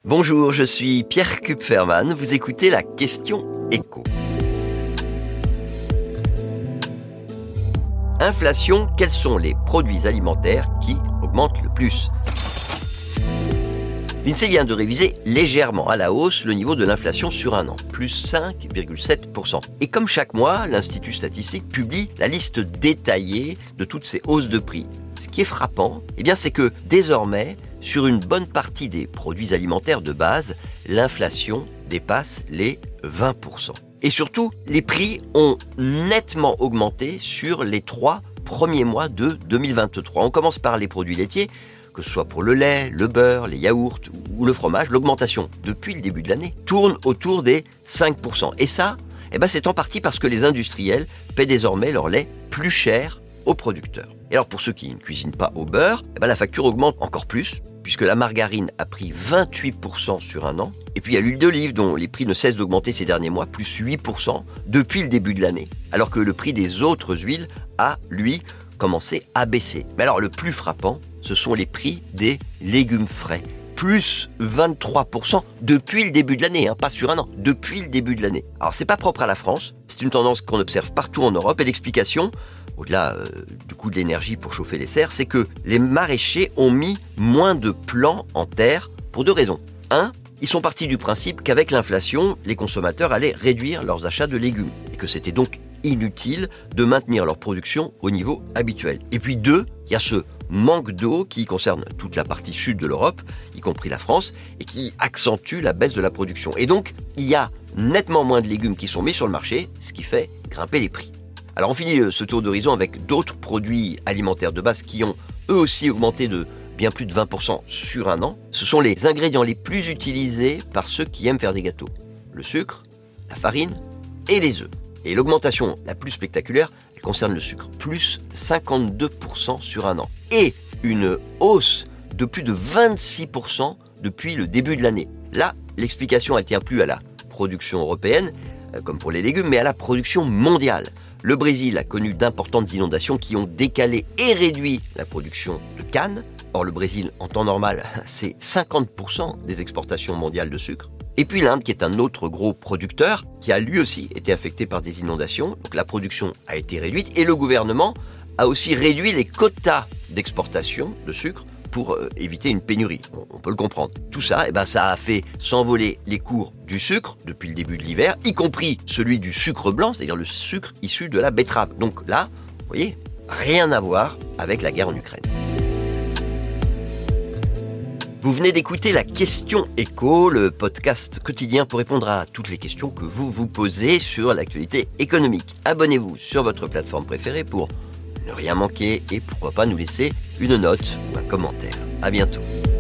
Bonjour, je suis Pierre Kupferman, vous écoutez la question écho. Inflation, quels sont les produits alimentaires qui augmentent le plus ? L'INSEE vient de réviser légèrement à la hausse le niveau de l'inflation sur un an, plus 5,7%. Et comme chaque mois, l'Institut statistique publie la liste détaillée de toutes ces hausses de prix. Ce qui est frappant, c'est que désormais, sur une bonne partie des produits alimentaires de base, l'inflation dépasse les 20%. Et surtout, les prix ont nettement augmenté sur les 3 premiers mois de 2023. On commence par les produits laitiers, que ce soit pour le lait, le beurre, les yaourts ou le fromage. L'augmentation, depuis le début de l'année, tourne autour des 5%. Et ça, c'est en partie parce que les industriels paient désormais leur lait plus cher aux producteurs. Et alors pour ceux qui ne cuisinent pas au beurre, la facture augmente encore plus, puisque la margarine a pris 28% sur un an. Et puis il y a l'huile d'olive dont les prix ne cessent d'augmenter ces derniers mois, plus 8% depuis le début de l'année. Alors que le prix des autres huiles a, lui, commencé à baisser. Mais alors le plus frappant, ce sont les prix des légumes frais. Plus 23% depuis le début de l'année, pas sur un an, depuis le début de l'année. Alors c'est pas propre à la France, c'est une tendance qu'on observe partout en Europe et l'explication, au-delà du coût de l'énergie pour chauffer les serres, c'est que les maraîchers ont mis moins de plants en terre pour 2 raisons. 1, ils sont partis du principe qu'avec l'inflation, les consommateurs allaient réduire leurs achats de légumes et que c'était donc inutile de maintenir leur production au niveau habituel. Et puis 2, il y a ce manque d'eau qui concerne toute la partie sud de l'Europe, y compris la France, et qui accentue la baisse de la production. Et donc, il y a nettement moins de légumes qui sont mis sur le marché, ce qui fait grimper les prix. Alors on finit ce tour d'horizon avec d'autres produits alimentaires de base qui ont eux aussi augmenté de bien plus de 20% sur un an. Ce sont les ingrédients les plus utilisés par ceux qui aiment faire des gâteaux. Le sucre, la farine et les œufs. Et l'augmentation la plus spectaculaire, elle concerne le sucre, plus 52% sur un an. Et une hausse de plus de 26% depuis le début de l'année. Là, l'explication, elle tient plus à la production européenne, comme pour les légumes, mais à la production mondiale. Le Brésil a connu d'importantes inondations qui ont décalé et réduit la production de canne. Or, le Brésil, en temps normal, c'est 50% des exportations mondiales de sucre. Et puis l'Inde, qui est un autre gros producteur, qui a lui aussi été affecté par des inondations. Donc la production a été réduite et le gouvernement a aussi réduit les quotas d'exportation de sucre pour éviter une pénurie. On peut le comprendre. Tout ça, ça a fait s'envoler les cours du sucre depuis le début de l'hiver, y compris celui du sucre blanc, c'est-à-dire le sucre issu de la betterave. Donc là, vous voyez, rien à voir avec la guerre en Ukraine. Vous venez d'écouter la question écho, le podcast quotidien pour répondre à toutes les questions que vous vous posez sur l'actualité économique. Abonnez-vous sur votre plateforme préférée pour ne rien manquer et pourquoi pas nous laisser une note ou un commentaire. À bientôt.